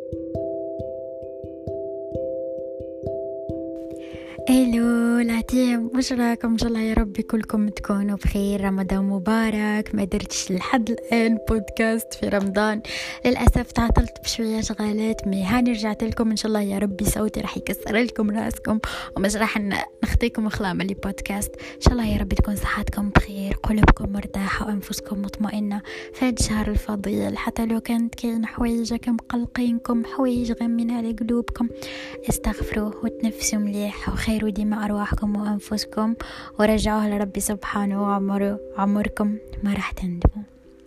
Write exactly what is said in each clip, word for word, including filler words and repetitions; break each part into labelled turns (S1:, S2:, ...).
S1: الو العتيم، واش راكم؟ ان شاء الله يا ربي كلكم تكونوا بخير. رمضان مبارك. ما درتش لحد الان بودكاست في رمضان للاسف، تعطلت بشويه شغالات، مي هاني رجعت لكم. ان شاء الله يا ربي صوتي راح يكسر لكم راسكم ومش راح نخطيكم خلامه لي بودكاست. ان شاء الله يا ربي تكون صحتكم بخير، قلوبكم مرتاحه وانفسكم مطمئنه في هذا الشهر الفضيل. حتى لو كانت كاين حوايج مقلقينكم، حوايج غامين على قلوبكم، استغفروه وتنفسوا مليح، وخير ديما أرواحكم وأنفسكم، ورجعوها لربي سبحانه وعمروا عمركم ما راح تندموا.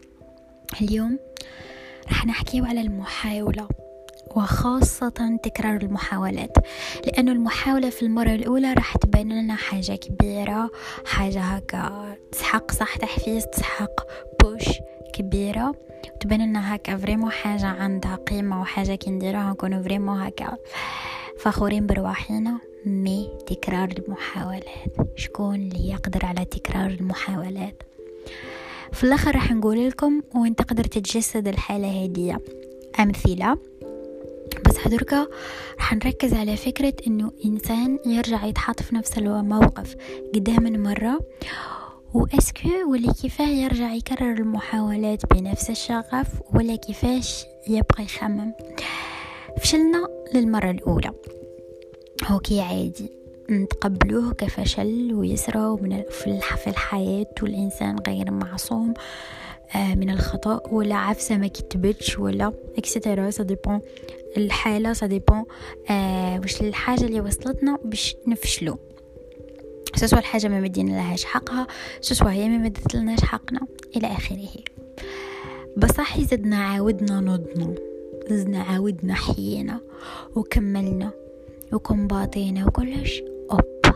S1: اليوم راح نحكي على المحاولة، وخاصة تكرار المحاولات، لأنه المحاولة في المرة الأولى راح تبين لنا حاجة كبيرة، حاجة هكا تسحق صح تحفيز، تسحق بوش كبيرة، تبين لنا هكا فريمو حاجة عندها قيمة، وحاجة كي نديروها نكونوا فريمو هكا فخورين برواحنا. مي تكرار المحاولات، شكون اللي يقدر على تكرار المحاولات؟ في الاخر راح نقول لكم وين تقدر تتجسد الحالة هذه أمثلة، بس حضركا راح نركز على فكرة انه انسان يرجع يتحط في نفس الموقف قدام مرة، واسكو ولا كيفاه يرجع يكرر المحاولات بنفس الشغف، ولا كيفاش يبقى يخمم. فشلنا للمرة الأولى، هوكي عادي نتقبلوه كفشل ويسرى من في الحياة، والإنسان غير معصوم من الخطأ، ولا عفسة ما كتبتش ولا اكسترا. سا ديبون الحالة، سا ديبون واش الحاجة اللي وصلتنا باش نفشلو، سواء الحاجة ما مدينا لهاش حقها، سواء هي ما مدت لناش حقنا إلى آخره. بصح زدنا عاودنا نضنا، زدنا عاودنا حيينا وكملنا وكمباطينا وكلش، أوب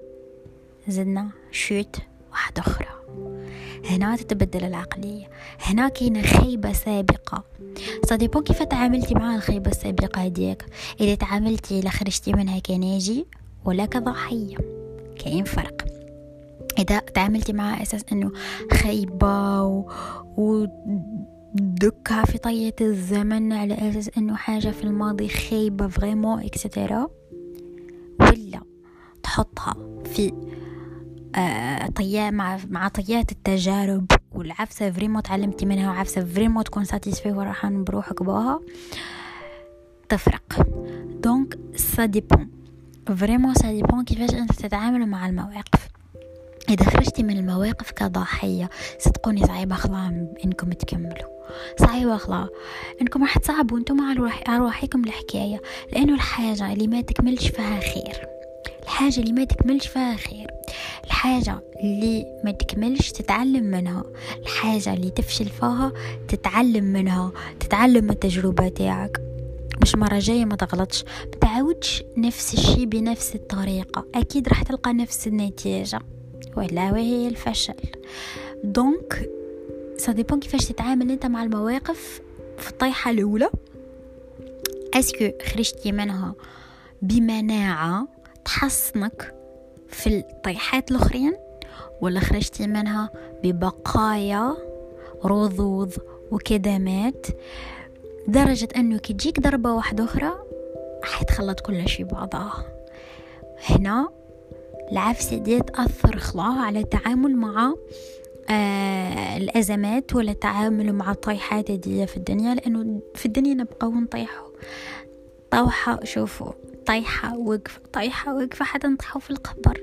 S1: زدنا شوت واحدة أخرى. هنا تتبدل العقلية، هنا كاينة خيبة سابقة. صديقون كيف تعاملتي مع الخيبة السابقة ديك؟ إذا تعاملتي لخرجتي منها كناجي ولا كضحية، كاين فرق. إذا تعاملتي معها أساس أنه خيبة و, و... دكها في طية الزمن على أساس أنه حاجة في الماضي خيبة فريمون اكسترا، ولا تحطها في آه طيات مع, مع طيات التجارب والعفسة فريمون تعلمتي منها، وعفسة فريمون تكون ساتيسفي وراحان بروحك بها، تفرق. دونك سا ديبون فريمون، سا ديبون كيفاش أنت تتعامل مع المواقف. إذا خرجتي من المواقف كضحية ستكوني صعيبة خلا إنكم تكملوا، صعيبة خلا إنكم راح تصعبوا أنتم على أرواحكم الحكاية، لأنه الحاجة اللي ما تكملش فيها خير، الحاجة اللي ما تكملش فيها خير، الحاجة اللي ما تكملش تتعلم منها، الحاجة اللي تفشل فيها تتعلم منها، تتعلم من التجربة تاعك، مش مرة جاية ما تغلطش، ما تعاودش نفس الشيء بنفس الطريقة، أكيد راح تلقى نفس النتيجة ولا وهي الفشل. دونك سا ديبون كيفاش تتعامل انت مع المواقف في الطيحة الأولى. اسكو خرجتي منها بمناعة تحصنك في الطيحات الأخرين، ولا خرجتي منها ببقايا رذوذ وكدمات درجة أنه كي تجيك ضربة واحدة أخرى حيتخلط كل شيء بعضها. هنا العفسة دي تأثر خلاها على التعامل مع آه الأزمات، ولا التعامل مع الطيحات دي في الدنيا، لأنه في الدنيا نبقى ونطيحوا طوحة، شوفوا طيحة وقفة، طيحة وقفة حتى نطيحوا في القبر.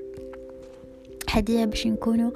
S1: هدية باش نكونوا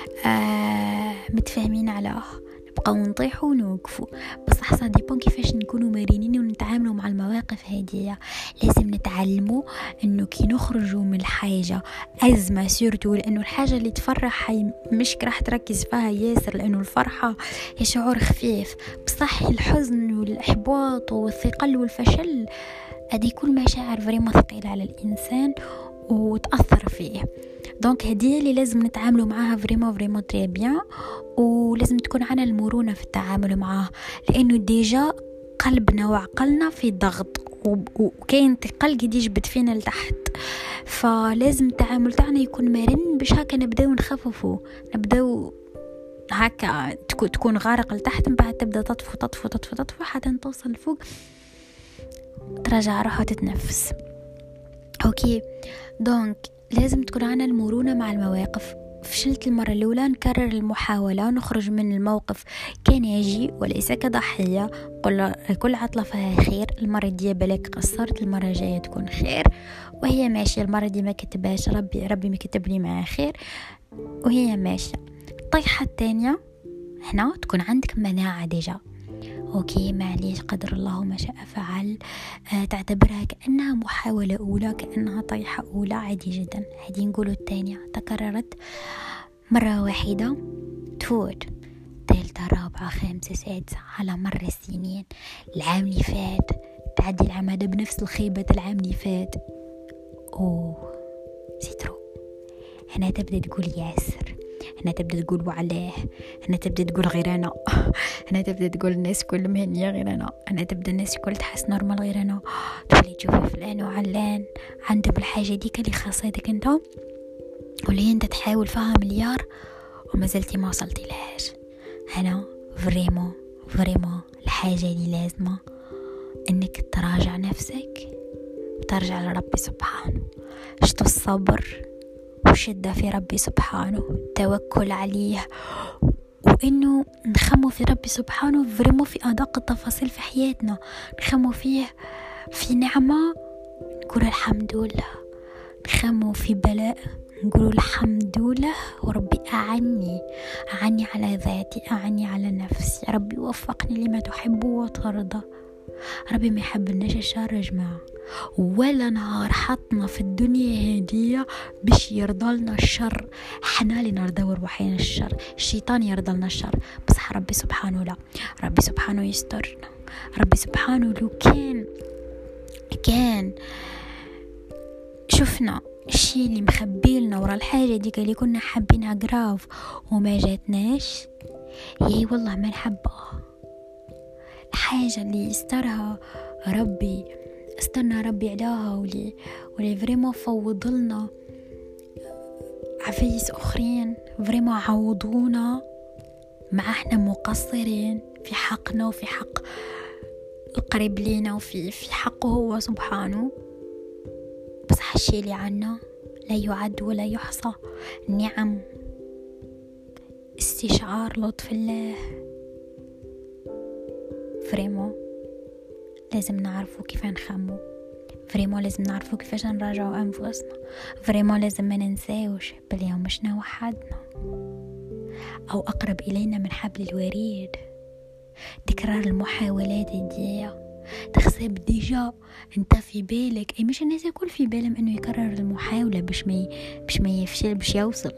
S1: آه متفاهمين على نبقى ونطيحوا ونوقفوا. بس حسا ديبون كيفاش نكونوا مرنين ونتعاملوا مع المواقف هذه. لازم نتعلموا انه كي نخرجوا من الحاجه ازمه سيرتو، لانه الحاجه اللي تفرح هي مش راح تركز فيها ياسر، لانه الفرحه هي شعور خفيف، بصح الحزن والاحباط والثقل والفشل هذه كل مشاعر فريمون ثقيله على الانسان وتأثر فيه. دونك هدية اللي لازم نتعاملوا معها فريمون فريمون تري بيان، ولازم تكون عنا المرونة في التعامل معها، لأنه ديجا قلبنا وعقلنا في ضغط، وكاين ثقل قد يجبد فينا لتحت، فلازم التعامل تاعنا يكون مرن باش هكا نبداو نخففوا، نبداو هكا تكون غارق لتحت، من بعد تبدا تطفو تطفو تطفو تطفو حتى توصل فوق تراجع روحها وتتنفس. اوكي، دونك لازم تكون عنا المرونة مع المواقف. فشلت المرة الأولى، نكرر المحاولة ونخرج من الموقف كناجي وليس كضحية. كل كل عطلة فيها خير. المرة دي بالك قصرت، المرة الجاية تكون خير وهي ماشية. المرة دي ما كتبهاش ربي، ربي مكتب لي معها خير وهي ماشية. الطيحة الثانية هنا تكون عندك مناعة ديجا. اوكي معليش، قدر الله ما شاء فعل. آه تعتبرها كأنها محاولة أولى، كأنها طيحة أولى، عادي جدا. هذه نقولوا الثانية تكررت مرة واحدة تفوت، ثالثة رابعة خامسة سادسة على مر السنين. العام اللي فات تعدي العام هذا بنفس الخيبة العام اللي فات. اوه سيترو. هنا تبدأ تقول ياسر، هنا تبدأ تقول وعلاه، هنا تبدأ تقول غير أنا، هنا تبدأ تقول الناس كل مهنية غير أنا، هنا تبدأ الناس كل تحس نورمال غير أنا. تولي تشوفي فلان وعلان عنده بالحاجة ديك اللي خاصتك انت، واللي انت تحاول فيها مليار وما زلتي ما وصلتي لهاش. هنا فريمون فريمون الحاجة اللي لازمة انك تراجع نفسك وترجع لربي سبحانه. شتو الصبر وشدة في ربي سبحانه، توكل عليه، وإنه نخمو في ربي سبحانه فريمو في أدق التفاصيل في حياتنا. نخمو فيه في نعمة نقول الحمد لله، نخمو في بلاء نقول الحمد لله، وربي أعني أعني على ذاتي، أعني على نفسي. ربي وفقني لما تحب وترضى. ربي ما يحب الناس الشر يا جماعة، ولا نهار حطنا في الدنيا هدية باش يرضلنا الشر. حنا اللي نرضى روحنا الشر، الشيطان يرضلنا الشر، بصح ربي سبحانه لا. ربي سبحانه يسترنا. ربي سبحانه لو كان كان شفنا الشيء اللي مخبيلنا ورا الحاجة ديك اللي كنا حابينها جراف وما جاتناش، ياي والله ما نحبها. الحاجة اللي يسترها ربي، استنى ربي عليها، ولي ولي فريمون فوضلنا عفيس اخرين، فريمون عوضونا مع احنا مقصرين في حقنا وفي حق القريب لينا وفي في حقه هو سبحانه. بس الشيء اللي عنا لا يعد ولا يحصى. نعم، استشعار لطف الله. فريمون لازم نعرفوا كيف نخمو، فريمون لازم نعرفوا كيفاش نراجعوا انفسنا، فريمون لازم ما ننساوش باليوم شنو وحدنا او اقرب الينا من حبل الوريد. تكرار المحاولات دي تخسب ديجا انت في بالك، اي مش الناس يكون في بالهم انه يكرر المحاولة باش ما باش ما يفشل باش يوصل.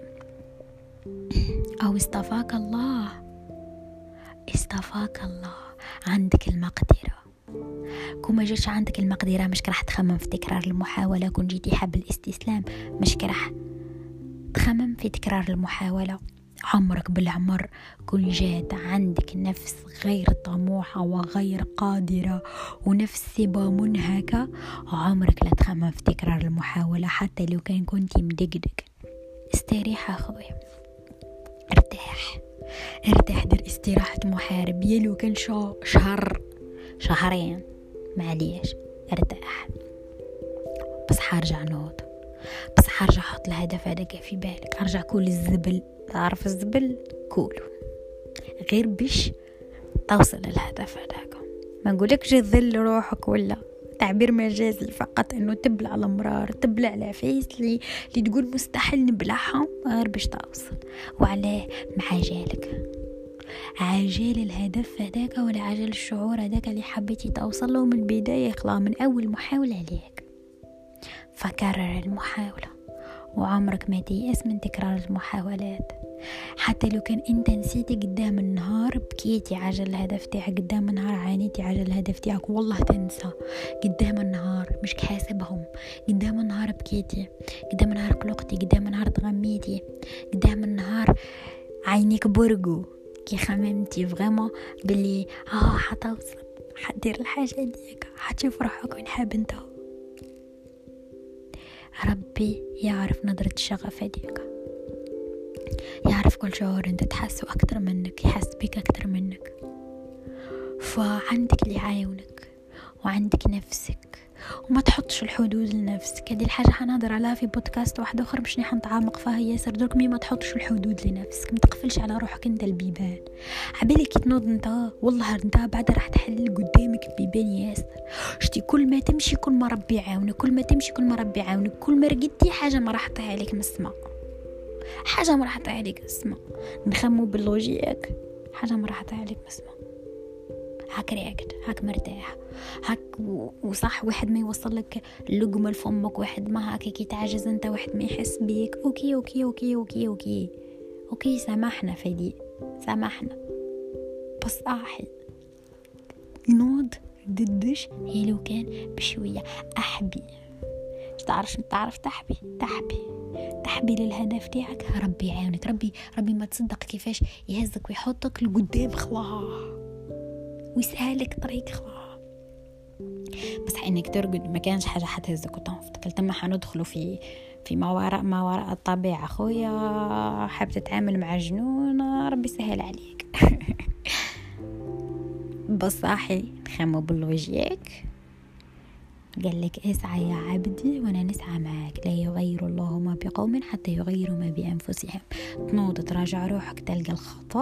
S1: او استفاك الله، استفاك الله، عندك المقدرة. كون ما جاتش عندك المقدرة مش راح تخمم في تكرار المحاولة. كون جيتي حب الاستسلام مش راح تخمم في تكرار المحاولة. عمرك بالعمر كل جات عندك نفس غير طموحة وغير قادرة ونفس سبا منهكة، عمرك لا تخمم في تكرار المحاولة حتى لو كان كنتي مدقدق. استريح اخوي، ارتاح ارتاح، در استراحة محارب. يلو كان شو شهر شهرين معليش، ارتاح. بس حارجع نوض، بس حارجع حط الهدف هذاك في بالك، ارجع كل الزبل، تعرف الزبل كولو غير بش توصل للهدف هذاك. ما نقولكش تذل روحك ولا تعبير مجازي فقط انه تبلع الامرار، تبلع العفيس اللي اللي تقول مستحيل نبلعهم غير باش توصل. وعلاه مع جالك عجل الهدف هذاك ولا عجل الشعور هذاك اللي حبيتي توصل له من البداية، خلا من أول محاولة عليك. فكرر المحاولة، وعمرك ما تيأس من تكرار المحاولات. حتى لو كان انت نسيتي قدام النهار، بكيتي عجل الهدف تاعك قدام النهار، عانيتي عجل الهدف تاعك، والله تنسى قدام النهار مش حاسبهم. قدام النهار بكيتي، قدام النهار قلقتي، قدام النهار تغميتي، قدام النهار عينيك برقو كي خممتي فغيمون باللي اه حتوصل، حدير الحاجة ديك، حتشوف روحك وين حاب انت. ربي يعرف نظرة الشغف هديك، يعرف كل شعور انت تحسه اكتر منك، يحس بك اكتر منك. فعندك اللي يعاونك وعندك نفسك، وما تحطش الحدود لنفسك. هذه الحاجة حنهضر عليها في بودكاست واحد آخر باش نتعمق فيها ياسر. درك مي ما تحطش الحدود لنفسك، ما تقفلش على روحك انت البيبان. عبالك كي تنوض انت والله انت بعد راح تحل قدامك بيبان ياسر. شتي كل ما تمشي كل ما ربي يعاونك، كل ما تمشي كل ما ربي يعاونك، كل ما رقدتي حاجة ما راح تطيح عليك من السماء، حاجة ما راح تطيح عليك من السماء. نخمو باللوجيك، حاجة ما راح تطيح عليك من السماء. هاك راقد، هاك مرتاح، هاك وصح. واحد ما يوصل لك لقمة لفمك، واحد ما هاك كي تعجز انت، واحد ما يحس بيك. اوكي اوكي اوكي اوكي اوكي اوكي سامحنا فدي، سامحنا. بس صاحي نوض ددش هي لو كان بشوية احبي. تعرف تعرف تحبي تحبي تحبي للهدف تاعك. ربي يعاونك، ربي ربي ما تصدق كيفاش يهزك ويحطك لقدام خواه ويسهلك طريق خواه. بس انك ترقد ما كانش حاجه حتهزك وتنفضك. تما حندخلوا في في ما وراء ما وراء الطبيعه. خويا حاب تتعامل مع جنون، ربي سهل عليك. بس صاحي نخمو باللوجيك. قال لك اسعى يا عبدي وانا نسعى معاك، لا يغير الله ما بقوم حتى يغيروا ما بانفسهم. تنوض تراجع روحك، تلقى الخطأ،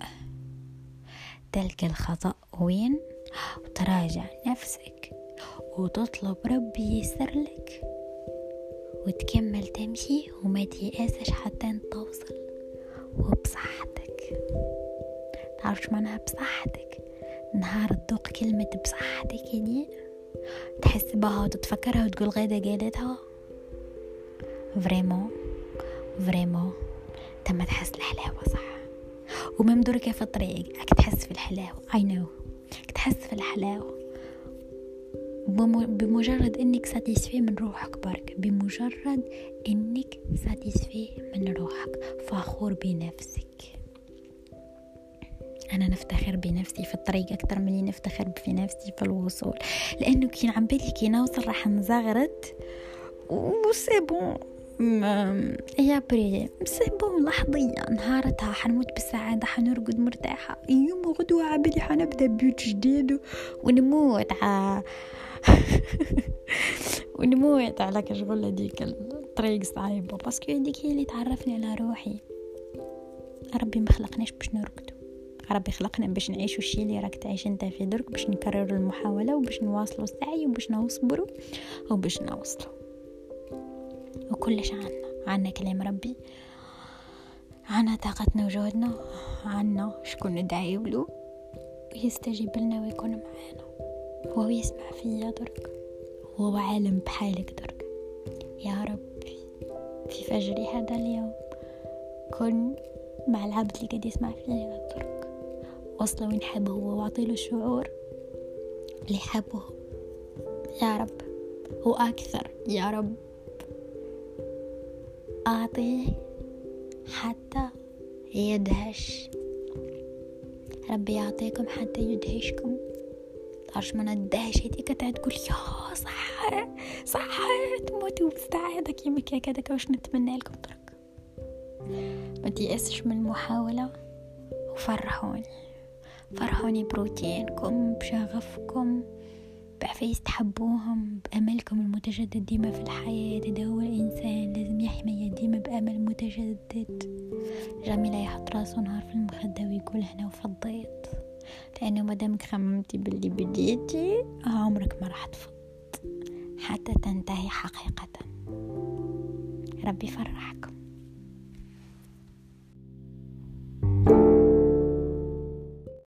S1: تلقى الخطأ وين، وتراجع نفسك وتطلب ربي يسر لك وتكمل تمشي وما تيأسش حتى توصل وبصحتك. تعرفش معناها بصحتك؟ نهار تذوق كلمة بصحتك دي تحس بها وتتفكرها وتقول غيدا قالتها فريمون فريمون تم تحس الحلاوة صح. وممدورك في الطريق راك تحس في الحلاوة. I know تحس في الحلاوة بمجرد انك ساتيسفي من روحك برك، بمجرد انك ساتيسفي من روحك، فخور بنفسك. انا نفتخر بنفسي في الطريق اكثر من اللي نفتخر في نفسي في الوصول، لانه كي عم بالي كي نوصل راح نزغرت وسي بون يا بري سي بون لحظيا. نهارتها حنموت بالسعادة، حنرقد مرتاحة. يوم غدوة عبالي حنبدأ بيوت جديد ونموت ع... ونموت على كشغل هذيك الطريق صعيبة. باسكو هذيك هي اللي تعرفني على روحي. ربي ما خلقناش باش نرقدوا، ربي خلقنا باش نعيشوا الشيء اللي راك تعيش انت في درك، باش نكرروا المحاولة وباش نواصلوا السعي وباش نصبروا وباش نوصلوا. وكلش عنا عنا كلام ربي، عنا طاقتنا وجهدنا، عنا شكون ندعي له ويستجيب لنا ويكون معانا. وهو يسمع فيا درك، وهو عالم بحالك درك. يا ربي في فجري هذا اليوم كن مع العبد اللي قد يسمع فيا درك، وصله وين حبه هو واعطيله الشعور اللي حبه يا رب وأكثر. يا رب أعطيه حتى يدهش. ربي يعطيكم حتى يدهشكم. تعرف من الدهش هيك تقول يا صح صح تموتوا بالسعادة كيما كذا. واش نتمنى لكم درك؟ ما تيأسش من المحاولة وفرحوني، فرحوني بروتينكم، بشغفكم، بعفايس تحبوهم، بأملكم المتجدد ديما في الحياة. هذا هو الإنسان، لازم يحمي ديما بأمل متجدد. جميلة يحط راسه نهار في المخدة ويقول هنا وفضيت، لأنه مادامك خممتي باللي بديتي عمرك ما راح تفض حتى تنتهي حقيقة. ربي فرحكم.